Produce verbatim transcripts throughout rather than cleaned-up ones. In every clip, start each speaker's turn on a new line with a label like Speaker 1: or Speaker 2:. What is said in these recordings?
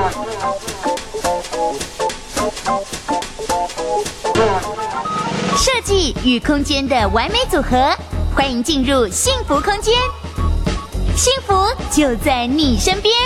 Speaker 1: 设计与空间的完美组合，欢迎进入幸福空间，幸福就在你身边。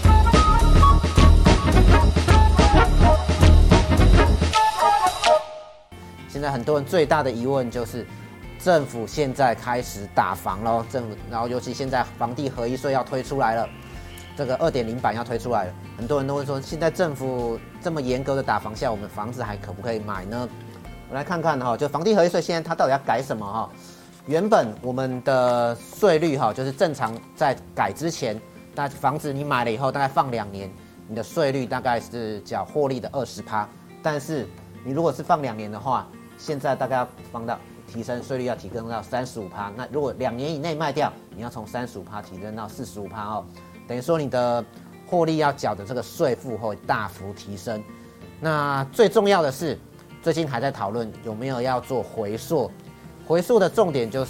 Speaker 2: 现在很多人最大的疑问就是，政府现在开始打房喽，政府，然后尤其现在房地合一税要推出来了，这个二点零版要推出来了，很多人都会说，现在政府这么严格的打房下，我们房子还可不可以买呢？我来看看哈，就房地合一税现在它到底要改什么哈？原本我们的税率哈，就是正常在改之前，那房子你买了以后，大概放两年，你的税率大概是缴获利的二十趴，但是你如果是放两年的话，现在大概要放到提升税率要提升到三十五趴，那如果两年以内卖掉，你要从三十五趴提升到四十五趴哦，等于说你的获利要缴的这个税负会大幅提升。那最重要的是，最近还在讨论有没有要做回溯。回溯的重点就是，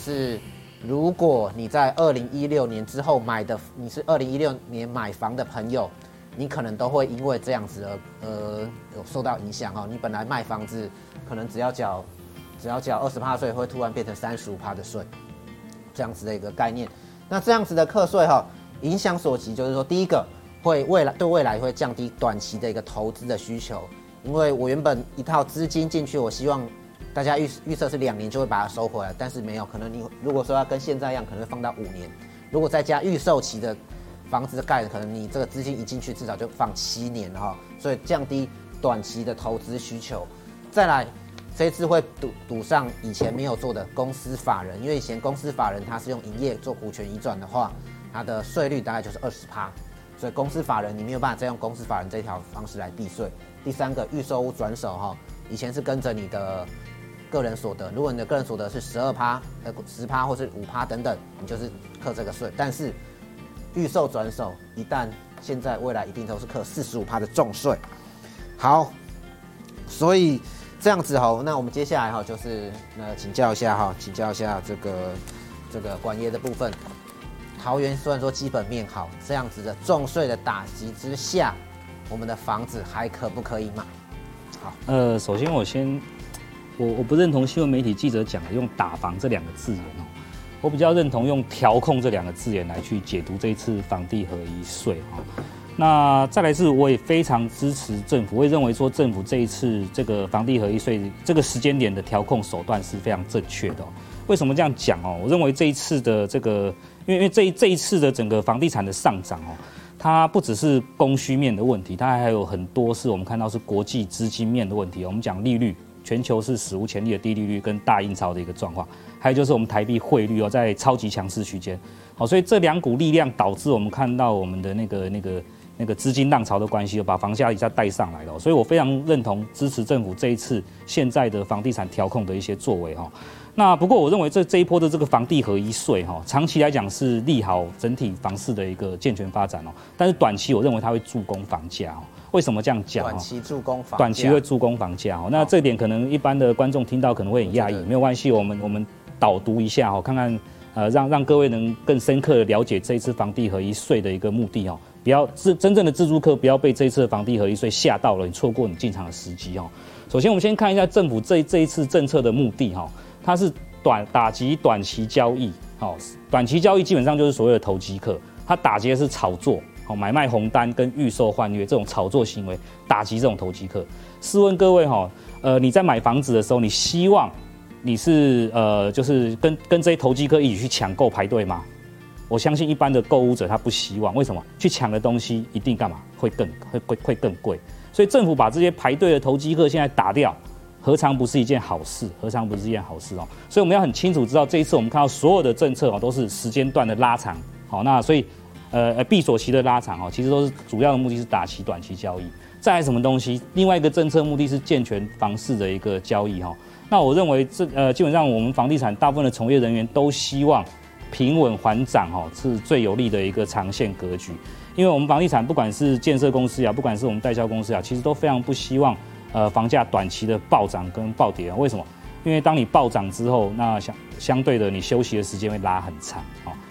Speaker 2: 如果你在二零一六年之后买的，你是二零一六年买房的朋友，你可能都会因为这样子而呃有受到影响哦。你本来卖房子可能只要缴只要缴二十趴税，会突然变成三十五趴的税，这样子的一个概念。那这样子的课税哈，影响所及就是说，第一个会未来对未来会降低短期的一个投资的需求，因为我原本一套资金进去，我希望大家预预设是两年就会把它收回来，但是没有，可能你如果说要跟现在一样，可能会放到五年。如果再加预售期的房子的盖的，可能你这个资金一进去至少就放七年哈，所以降低短期的投资需求。再来，这一次会赌赌上以前没有做的公司法人，因为以前公司法人他是用营业做股权移转的话，它的税率大概就是二十趴，所以公司法人你没有办法再用公司法人这条方式来避税。第三个，预售屋转手哈，以前是跟着你的个人所得，如果你的个人所得是十二趴、呃十趴或是五趴等等，你就是课这个税。但是预售转手，一旦现在未来一定都是课四十五趴的重税。好，所以这样子哈，那我们接下来哈就是那请教一下哈，请教一下这个这个管业的部分。桃园虽然说基本面好，这样子的重税的打击之下，我们的房子还可不可以买？好，
Speaker 3: 呃，首先我先。我我不认同新闻媒体记者讲的用打房这两个字眼哦，我比较认同用调控这两个字眼来去解读这一次房地合一税哈。那再来是，我也非常支持政府，我也认为说政府这一次这个房地合一税这个时间点的调控手段是非常正确的哦。为什么这样讲哦？我认为这一次的这个，因为因为这一这一次的整个房地产的上涨哦，它不只是供需面的问题，它还有很多是我们看到是国际资金面的问题。我们讲利率。全球是史无前例的低利率跟大印钞的一个状况，还有就是我们台币汇率哦在超级强势区间，好，所以这两股力量导致我们看到我们的那个那个那个资金浪潮的关系，把房价一下带上来了，所以我非常认同支持政府这一次现在的房地产调控的一些作为哈。那不过我认为这这一波的这个房地合一税哈，长期来讲是利好整体房市的一个健全发展哦，但是短期我认为它会助攻房价哦。为什么这样讲？
Speaker 2: 短期助攻房价，
Speaker 3: 短期会助攻房价哦。那这点可能一般的观众听到可能会很讶异，没有关系，我们我们导读一下哦，看看呃让让各位能更深刻的了解这一次房地合一税的一个目的哦，不要自真正的自住客不要被这一次的房地合一税吓到了，你错过你进场的时机哦。首先我们先看一下政府这这一次政策的目的哈，它是短打击短期交易哦，短期交易基本上就是所谓的投机客，它打击的是炒作。买卖红单跟预售换约这种炒作行为，打击这种投机客。试问各位哈，呃，你在买房子的时候，你希望你是呃，就是跟跟这些投机客一起去抢购排队吗？我相信一般的购物者他不希望，为什么？去抢的东西一定干嘛？会更会会会更贵。所以政府把这些排队的投机客现在打掉，何尝不是一件好事？何尝不是一件好事哦？所以我们要很清楚知道，这一次我们看到所有的政策哦，都是时间段的拉长。好，那所以。呃，闭锁期的拉长哦，其实都是主要的目的是打击短期交易。再来什么东西？另外一个政策目的是健全房市的一个交易哈。那我认为这呃，基本上我们房地产大部分的从业人员都希望平稳缓涨哈，是最有利的一个长线格局。因为我们房地产不管是建设公司啊，不管是我们代销公司啊，其实都非常不希望呃房价短期的暴涨跟暴跌啊。为什么？因为当你暴涨之后，那相相对的你休息的时间会拉很长哦。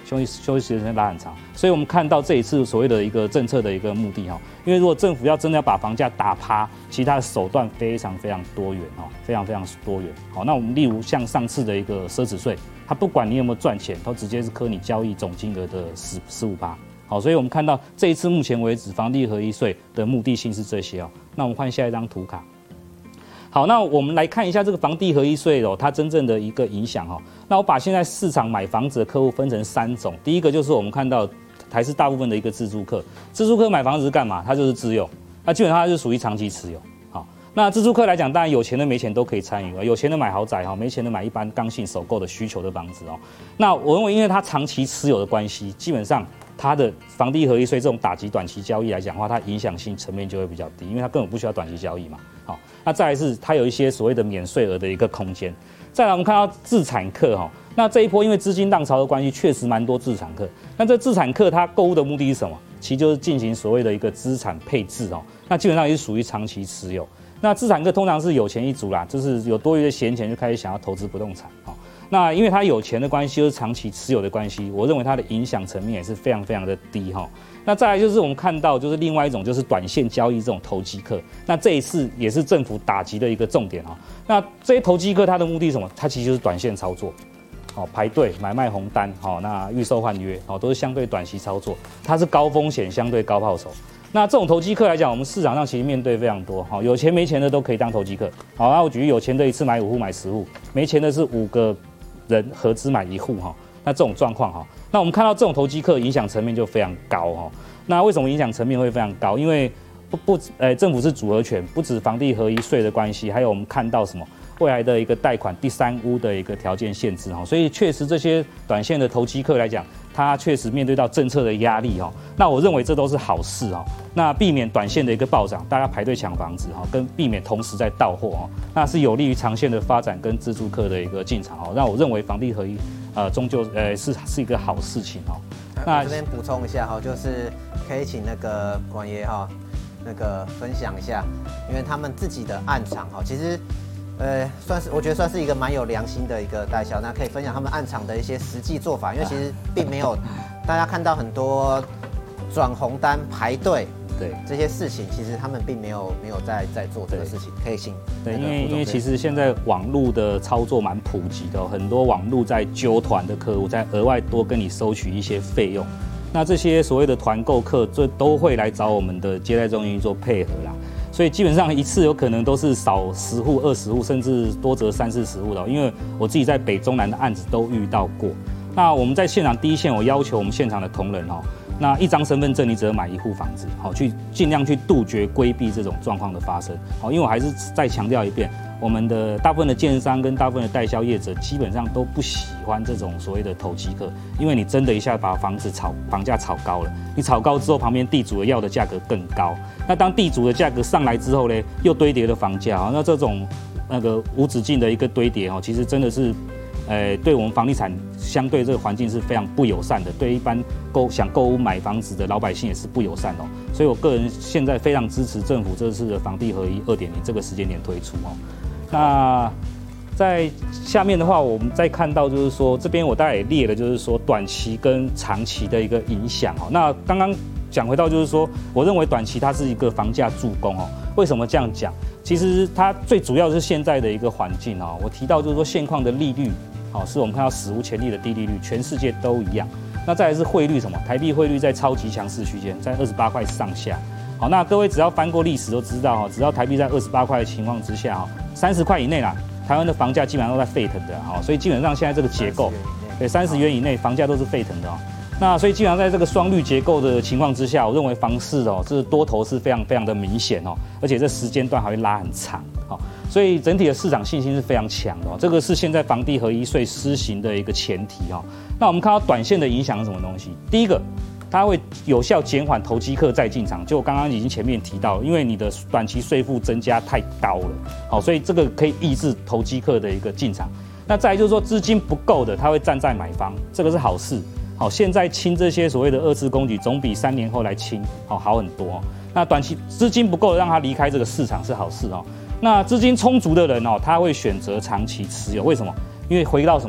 Speaker 3: 休息休息时间拉很长，所以我们看到这一次所谓的一个政策的一个目的哈，因为如果政府要真的要把房价打趴，其实它的手段非常非常多元哈，非常非常多元。好，那我们例如像上次的一个奢侈税，它不管你有没有赚钱，它直接是科你交易总金额的十十五趴。好，所以我们看到这一次目前为止房地合一税的目的性是这些哦。那我们换下一张图卡。好，那我们来看一下这个房地合一税哦，它真正的一个影响哈。那我把现在市场买房子的客户分成三种，第一个就是我们看到还是大部分的一个自住客，自住客买房子是干嘛？它就是自用，那基本上它是属于长期持有。好，那自住客来讲，当然有钱的没钱都可以参与，有钱的买豪宅哈，没钱的买一般刚性首购的需求的房子哦。那我认为，因为它长期持有的关系，基本上它的房地合一税这种打击短期交易来讲的话，它影响性层面就会比较低，因为它根本不需要短期交易嘛。好，那再来是它有一些所谓的免税额的一个空间。再来我们看到自产客哈，那这一波因为资金浪潮的关系，确实蛮多自产客。那这自产客他购物的目的是什么？其实就是进行所谓的一个资产配置哦。那基本上也是属于长期持有。那自产客通常是有钱一族啦，就是有多余的闲钱就开始想要投资不动产哦。那因为他有钱的关系，就是长期持有的关系，我认为它的影响层面也是非常非常的低哈。那再来就是我们看到就是另外一种就是短线交易这种投机客，那这一次也是政府打击的一个重点哈。那这些投机客他的目的是什么？他其实就是短线操作，好排队买卖红单，好那预售换约，好都是相对短期操作，它是高风险相对高报酬。那这种投机客来讲，我们市场上其实面对非常多，好有钱没钱的都可以当投机客。好，那我举例有钱的一次买五户买十户，没钱的是五个人合资买一户哈。那这种状况哈，那我们看到这种投机客影响层面就非常高哈。那为什么影响层面会非常高？因为不不呃政府是组合拳，不止房地合一税的关系，还有我们看到什么未来的一个贷款第三屋的一个条件限制哈。所以确实这些短线的投机客来讲，他确实面对到政策的压力哈。那我认为这都是好事哈。那避免短线的一个暴涨，大家排队抢房子哈，跟避免同时在到货哈，那是有利于长线的发展跟自住客的一个进场哈。那我认为房地合一呃终究呃是是一个好事情哈。
Speaker 2: 那这边补充一下哈，就是可以请那个管爷哈，那个分享一下，因为他们自己的暗场哈，其实呃算是我觉得算是一个蛮有良心的一个代销，那可以分享他们暗场的一些实际做法，因为其实并没有大家看到很多转红单排队。对这些事情，其实他们并没有没有在在做这个事情，可以请
Speaker 3: 对，因为因为其实现在网络的操作蛮普及的、哦，很多网络在揪团的客户，在额外多跟你收取一些费用，那这些所谓的团购客，这都会来找我们的接待中心做配合啦。所以基本上一次有可能都是少十户、二十户，甚至多则三四十户的、哦，因为我自己在北中南的案子都遇到过。那我们在现场第一线，我要求我们现场的同仁哦。那一张身份证，你只能买一户房子，好，去尽量去杜绝规避这种状况的发生，好，因为我还是再强调一遍，我们的大部分的建商跟大部分的代销业者基本上都不喜欢这种所谓的投机客，因为你真的一下把房子炒房价炒高了，你炒高之后，旁边地主要的价格更高，那当地主的价格上来之后呢，又堆叠了房价，那这种那个无止境的一个堆叠哦，其实真的是。呃，对我们房地产相对这个环境是非常不友善的，对一般购想购屋买房子的老百姓也是不友善哦。所以我个人现在非常支持政府这次的房地合一 二点零 这个时间点推出哦。那在下面的话，我们再看到就是说，这边我大概也列了，就是说短期跟长期的一个影响哦。那刚刚讲回到就是说，我认为短期它是一个房价助攻哦。为什么这样讲？其实它最主要是现在的一个环境哦。我提到就是说现况的利率。好，是我们看到史无前例的低利率，全世界都一样。那再来是汇率什么？台币汇率在超级强势区间，在二十八块上下。好，那各位只要翻过历史都知道哈，只要台币在二十八块的情况之下哈，三十块以内啦，台湾的房价基本上都在沸腾的哈，所以基本上现在这个结构，对，三十元以内房价都是沸腾的哦。那所以基本上在这个双率结构的情况之下，我认为房市哦，这多头是非常非常的明显哦，而且这时间段还会拉很长哦。所以整体的市场信心是非常强的、哦，这个是现在房地合一税施行的一个前提哦。那我们看到短线的影响是什么东西？第一个，它会有效减缓投机客再进场，就我刚刚已经前面提到，因为你的短期税负增加太高了，好，所以这个可以抑制投机客的一个进场。那再来就是说资金不够的，他会站在买方，这个是好事。好，现在清这些所谓的二次供给，总比三年后来清好好很多、哦。那短期资金不够，让他离开这个市场是好事哦。那资金充足的人哦，他会选择长期持有，为什么？因为回到什么？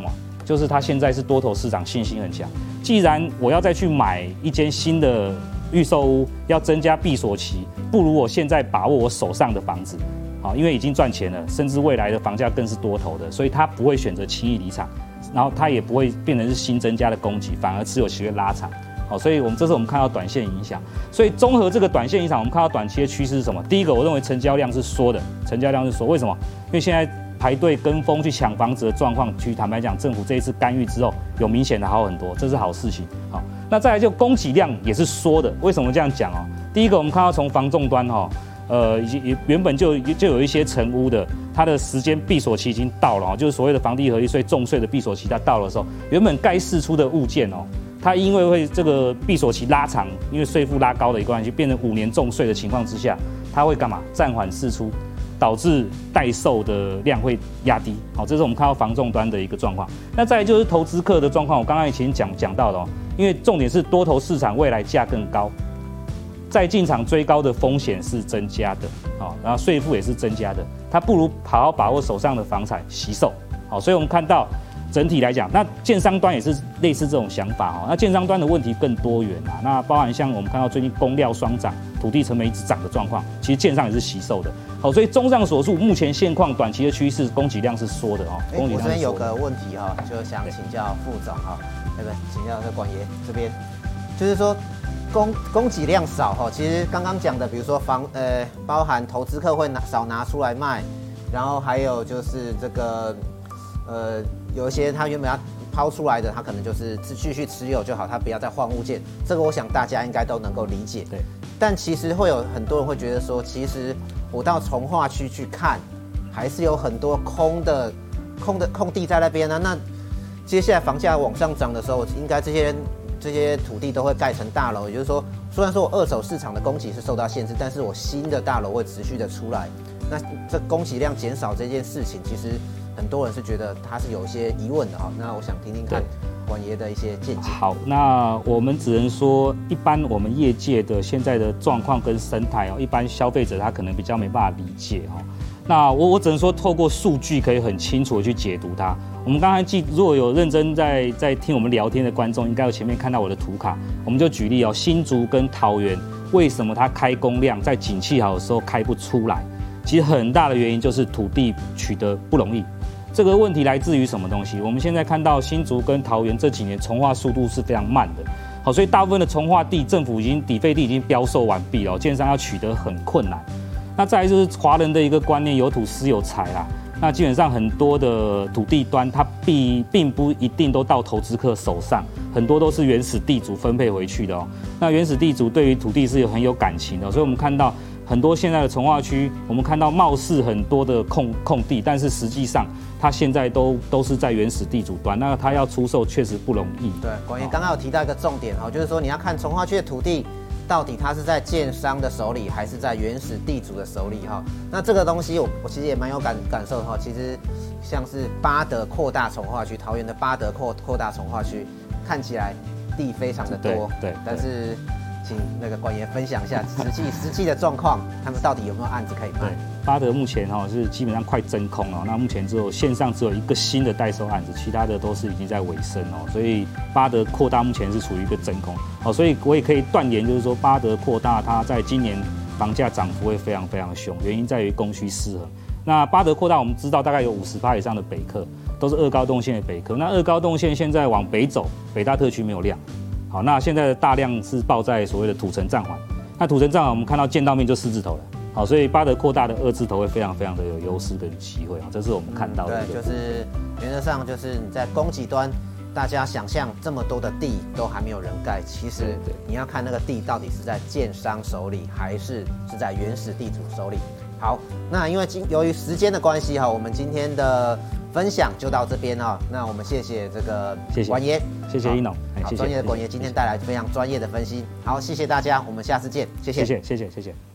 Speaker 3: 就是它现在是多头市场，信心很强。既然我要再去买一间新的预售屋，要增加闭锁期，不如我现在把握我手上的房子，好，因为已经赚钱了，甚至未来的房价更是多头的，所以他不会选择轻易离场，然后他也不会变成是新增加的供给，反而持有期会拉长。好，所以我们这是我们看到短线影响。所以综合这个短线影响，我们看到短期的趋势是什么？第一个，我认为成交量是缩的，成交量是缩，为什么？因为现在排队跟风去抢房子的状况，去坦白讲，政府这一次干预之后，有明显的好很多，这是好事情。好，那再来就供给量也是缩的，为什么这样讲哦？第一个，我们看到从房仲端哈，呃，已经原本就就有一些成屋的，它的时间闭锁期已经到了哦，就是所谓的房地合一税重税的闭锁期，它到了的时候，原本该释出的物件哦。它因为会这个闭锁期拉长，因为税负拉高的一个关系，变成五年重税的情况之下，它会干嘛？暂缓释出，导致待售的量会压低。好，这是我们看到房仲端的一个状况。那再来就是投资客的状况，我刚刚以前讲讲到的哦，因为重点是多头市场未来价更高，再进场追高的风险是增加的，好，然后税负也是增加的，它不如好好把握手上的房产惜售。好，所以我们看到。整体来讲，那建商端也是类似这种想法哦。那建商端的问题更多元啊，那包含像我们看到最近供料双涨、土地成本一直涨的状况，其实建商也是惜售的。好，所以综上所述，目前现况短期的趋势，供给量是缩的哦。
Speaker 2: 供给量是缩的。我这边有个问题哈，就想请教副总哈，对不对？请教这管爷这边，就是说供供给量少哈，其实刚刚讲的，比如说房呃，包含投资客会拿少拿出来卖，然后还有就是这个呃。有一些他原本要抛出来的，他可能就是继续持有就好，他不要再换物件。这个我想大家应该都能够理解。
Speaker 3: 对。
Speaker 2: 但其实会有很多人会觉得说，其实我到从化区去看，还是有很多空的、空的空地在那边呢、啊。那接下来房价往上涨的时候，应该这些这些土地都会盖成大楼。也就是说，虽然说我二手市场的供给是受到限制，但是我新的大楼会持续的出来。那这供给量减少这件事情，其实。很多人是觉得他是有一些疑问的哈，那我想听听看管爷的一些见解。
Speaker 3: 好，那我们只能说，一般我们业界的现在的状况跟生态哦，一般消费者他可能比较没办法理解哈。那我我只能说，透过数据可以很清楚的去解读它。我们刚才记，如果有认真在在听我们聊天的观众，应该有前面看到我的图卡。我们就举例哦，新竹跟桃园为什么它开工量在景气好的时候开不出来？其实很大的原因就是土地取得不容易。这个问题来自于什么东西？我们现在看到新竹跟桃园这几年重划速度是非常慢的，好，所以大部分的重划地政府已经底费地已经标售完毕了，建商要取得很困难。那再来就是华人的一个观念，有土私有财啦。那基本上很多的土地端，它并并不一定都到投资客手上，很多都是原始地主分配回去的哦。那原始地主对于土地是有很有感情的，所以我们看到。很多现在的从化区，我们看到貌似很多的空空地，但是实际上它现在都都是在原始地主端，那它要出售确实不容易。
Speaker 2: 对，管爷刚刚有提到一个重点哈，就是说你要看从化区的土地到底它是在建商的手里，还是在原始地主的手里哈。那这个东西我我其实也蛮有感感受哈，其实像是八德扩大从化区，桃园的八德扩扩大从化区，看起来地非常的多，
Speaker 3: 对，对
Speaker 2: 但是。请那个管爷分享一下实际实际的状况，他们到底有没有案子可以卖？
Speaker 3: 八德目前哈是基本上快真空了，那目前只有线上只有一个新的代售案子，其他的都是已经在尾声哦，所以八德扩大目前是处于一个真空哦，所以我也可以断言，就是说八德扩大它在今年房价涨幅会非常非常凶，原因在于供需失衡。那八德扩大我们知道大概有 百分之五十 以上的北客都是二高动线的北客，那二高动线现在往北走，北大特区没有量。好，那现在的大量是报在所谓的土城暂缓，那土城暂缓我们看到见到面就四字头了，好，所以八德扩大的二字头会非常非常的有优势跟机会啊，这是我们看到的、
Speaker 2: 嗯。对，就是原则上就是你在供给端，大家想象这么多的地都还没有人盖，其实你要看那个地到底是在建商手里，还是是在原始地主手里。好，那因为今由于时间的关系哈，我们今天的分享就到这边哈。那我们谢谢这个管爷，
Speaker 3: 谢谢一农，
Speaker 2: 好，专业的管爷今天带来非常专业的分析。好，谢谢大家，我们下次见，谢谢，
Speaker 3: 谢谢，谢谢，谢谢。